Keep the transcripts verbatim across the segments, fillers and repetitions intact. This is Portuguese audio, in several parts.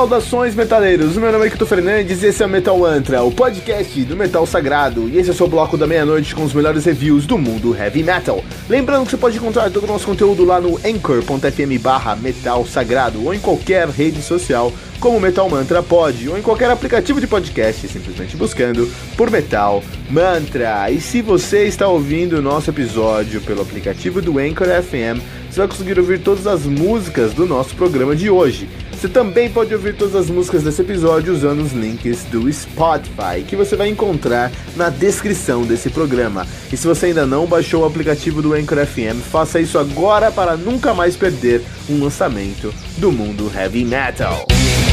Saudações, metaleiros! Meu nome é Kito Fernandes e esse é o Metal Mantra, o podcast do Metal Sagrado. E esse é o seu bloco da meia-noite com os melhores reviews do mundo Heavy Metal. Lembrando que você pode encontrar todo o nosso conteúdo lá no anchor.fm barra Metal Sagrado ou em qualquer rede social como Metal Mantra pode, ou em qualquer aplicativo de podcast, simplesmente buscando por Metal Mantra. E se você está ouvindo o nosso episódio pelo aplicativo do Anchor F M, você vai conseguir ouvir todas as músicas do nosso programa de hoje. Você também pode ouvir todas as músicas desse episódio usando os links do Spotify, que você vai encontrar na descrição desse programa. E se você ainda não baixou o aplicativo do Anchor F M, faça isso agora para nunca mais perder um lançamento do mundo Heavy Metal.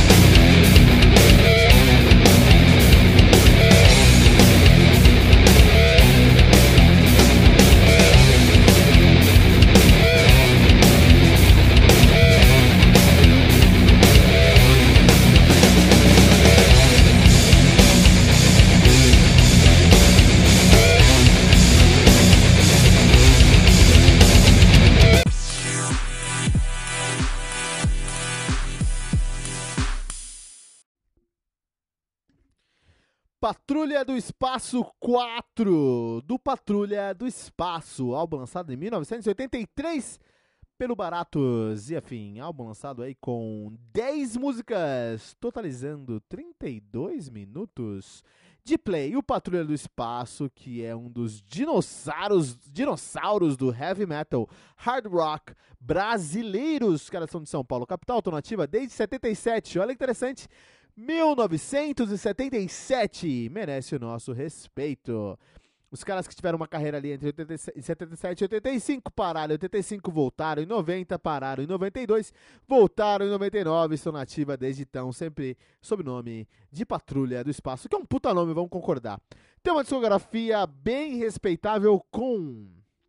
Patrulha do Espaço quatro, do Patrulha do Espaço, álbum lançado em mil novecentos e oitenta e três pelo Baratos e afim, álbum lançado aí com dez músicas, totalizando trinta e dois minutos de play. O Patrulha do Espaço, que é um dos dinossauros, dinossauros do heavy metal, hard rock brasileiros. Os caras são de São Paulo, capital, estão nativa desde setenta e sete, olha que interessante. mil novecentos e setenta e sete, merece o nosso respeito. Os caras que tiveram uma carreira ali entre setenta e sete e oitenta e cinco pararam, em oitenta e cinco voltaram, em noventa pararam, em noventa e dois voltaram, em noventa e nove estão na ativa desde então, sempre sob o nome de Patrulha do Espaço, que é um puta nome, vamos concordar. Tem uma discografia bem respeitável com...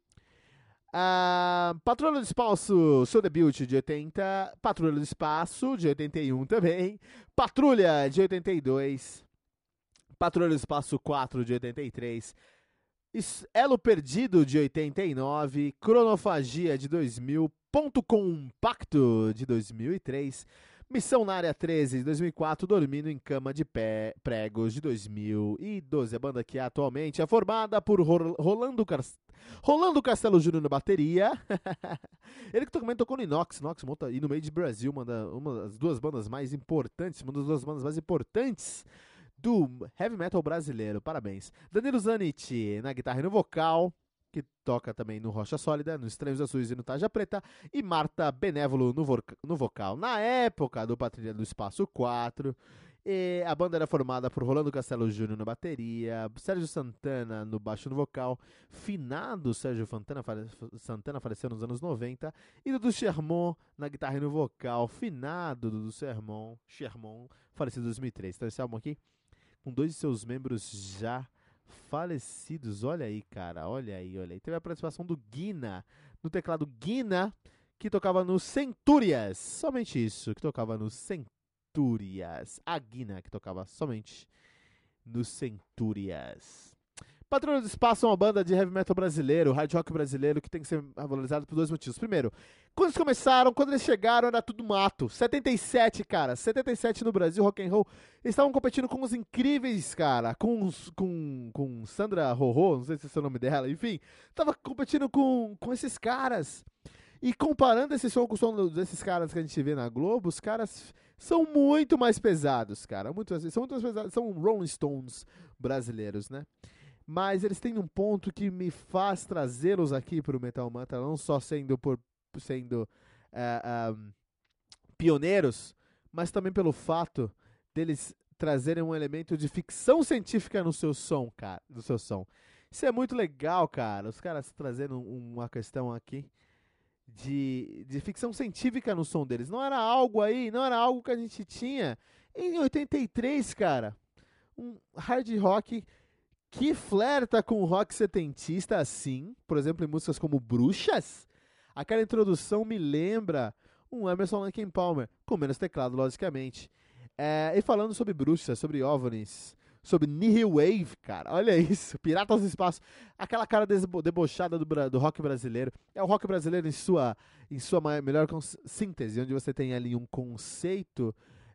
Uh, Patrulha do Espaço, seu debut de oitenta, Patrulha do Espaço de oitenta e um também, Patrulha de oitenta e dois, Patrulha do Espaço quatro de oitenta e três, Elo Perdido de oitenta e nove, Cronofagia de dois mil, Ponto Compacto de dois mil e três, Missão na Área treze de dois mil e quatro, Dormindo em Cama de Pé, Pregos de dois mil e doze. A banda que atualmente é formada por Rolando, Car... Rolando Castelo Júnior na bateria. Ele que também tocou no Inox, Inox monta... e no Made Brasil, uma, da... uma das duas bandas mais importantes, uma das duas bandas mais importantes do heavy metal brasileiro. Parabéns. Danilo Zanetti na guitarra e no vocal, que toca também no Rocha Sólida, no Estranhos Azuis e no Tarja Preta, e Marta Benévolo no, vo- no vocal. Na época do Patrulha do Espaço quatro, e a banda era formada por Rolando Castelo Júnior na bateria, Sérgio Santana no baixo no vocal, finado Sérgio Santana, fale- Santana faleceu nos anos noventa, e Dudu Sherman na guitarra e no vocal, finado Dudu Sherman, Sherman falecido em dois mil e três. Então esse álbum aqui, com dois de seus membros já falecidos, olha aí, cara, olha aí, olha aí. Teve a participação do Guina, no teclado Guina, que tocava no Centúrias, somente isso, que tocava no Centúrias. A Guina, que tocava somente no Centúrias. Patrulha do Espaço é uma banda de heavy metal brasileiro, hard rock brasileiro, que tem que ser valorizado por dois motivos. Primeiro, quando eles começaram, quando eles chegaram, era tudo mato. setenta e sete, cara, setenta e sete no Brasil, rock and roll. Eles estavam competindo com os incríveis, cara, com, com, com Sandra Rorô, não sei se esse é o nome dela, enfim. Tava competindo com, com esses caras. E comparando esse som com o som desses caras que a gente vê na Globo, os caras são muito mais pesados, cara. Muito, são muito mais pesados, são Rolling Stones brasileiros, né? Mas eles têm um ponto que me faz trazê-los aqui para o Metal Mantra, não só sendo, por, sendo uh, um, pioneiros, mas também pelo fato deles trazerem um elemento de ficção científica no seu som, cara, no seu som. Isso é muito legal, cara, os caras trazendo uma questão aqui de, de ficção científica no som deles. Não era algo aí, não era algo que a gente tinha em oitenta e três, cara. Um hard rock que flerta com o rock setentista assim, por exemplo, em músicas como Bruxas. Aquela introdução me lembra um Emerson Lake and Palmer, com menos teclado, logicamente. É, e falando sobre Bruxas, sobre OVNIs, sobre Nihil Wave, cara, olha isso, Piratas do Espaço, aquela cara desbo- debochada do, do rock brasileiro. É o rock brasileiro em sua, em sua melhor cons- síntese, onde você tem ali um conceito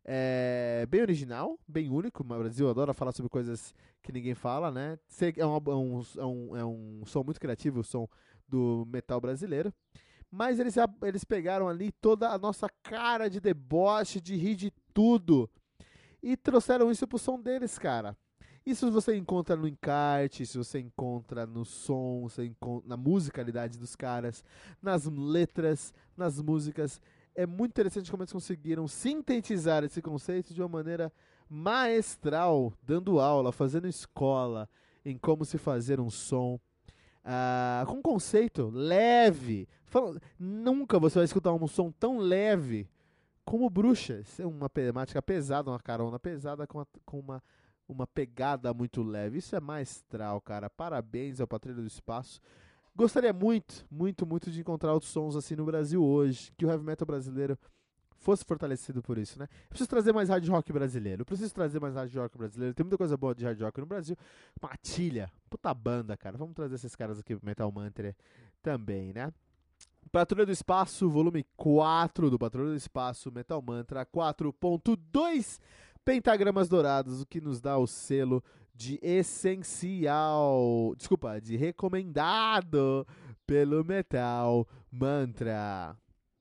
É bem original, bem único. O Brasil adora falar sobre coisas que ninguém fala, né? É um, é um, é um, é um som muito criativo, o som do metal brasileiro. Mas eles, eles pegaram ali toda a nossa cara de deboche, de rir de tudo. E trouxeram isso pro som deles, cara. Isso você encontra no encarte, isso você encontra no som, você encontra na musicalidade dos caras, nas letras, nas músicas. É muito interessante como eles conseguiram sintetizar esse conceito de uma maneira maestral, dando aula, fazendo escola em como se fazer um som. Uh, com um conceito leve. Fala, nunca você vai escutar um som tão leve como Bruxas. É uma temática pesada, uma carona pesada com, a, com uma, uma pegada muito leve. Isso é maestral, cara. Parabéns ao Patrulha do Espaço. Gostaria muito, muito, muito de encontrar outros sons assim no Brasil hoje. Que o heavy metal brasileiro fosse fortalecido por isso, né? Eu preciso trazer mais hard rock brasileiro. Eu preciso trazer mais hard rock brasileiro. Tem muita coisa boa de hard rock no Brasil. Matilha, puta banda, cara. Vamos trazer esses caras aqui pro Metal Mantra também, né? Patrulha do Espaço, volume quatro do Patrulha do Espaço, Metal Mantra quatro ponto dois. Pentagramas dourados, o que nos dá o selo de essencial, desculpa, de recomendado pelo Metal Mantra.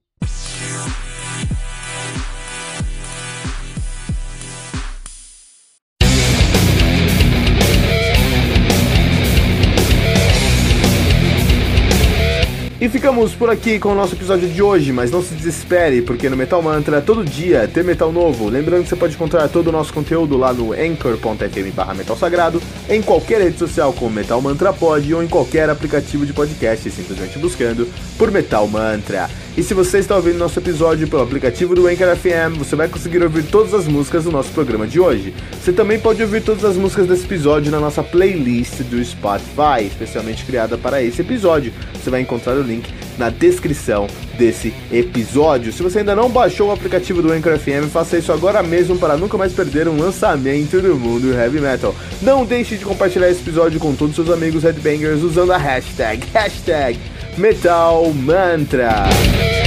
E ficamos por aqui com o nosso episódio de hoje, mas não se desespere, porque no Metal Mantra, todo dia, tem metal novo. Lembrando que você pode encontrar todo o nosso conteúdo lá no anchor ponto f m barra metal sagrado, em qualquer rede social como Metal Mantra Pod, ou em qualquer aplicativo de podcast, simplesmente buscando por Metal Mantra. E se você está ouvindo nosso episódio pelo aplicativo do Anchor F M, você vai conseguir ouvir todas as músicas do nosso programa de hoje. Você também pode ouvir todas as músicas desse episódio na nossa playlist do Spotify, especialmente criada para esse episódio. Você vai encontrar o link na descrição desse episódio. Se você ainda não baixou o aplicativo do Anchor F M, faça isso agora mesmo para nunca mais perder um lançamento do mundo heavy metal. Não deixe de compartilhar esse episódio com todos os seus amigos headbangers usando a hashtag, hashtag Metal Mantra.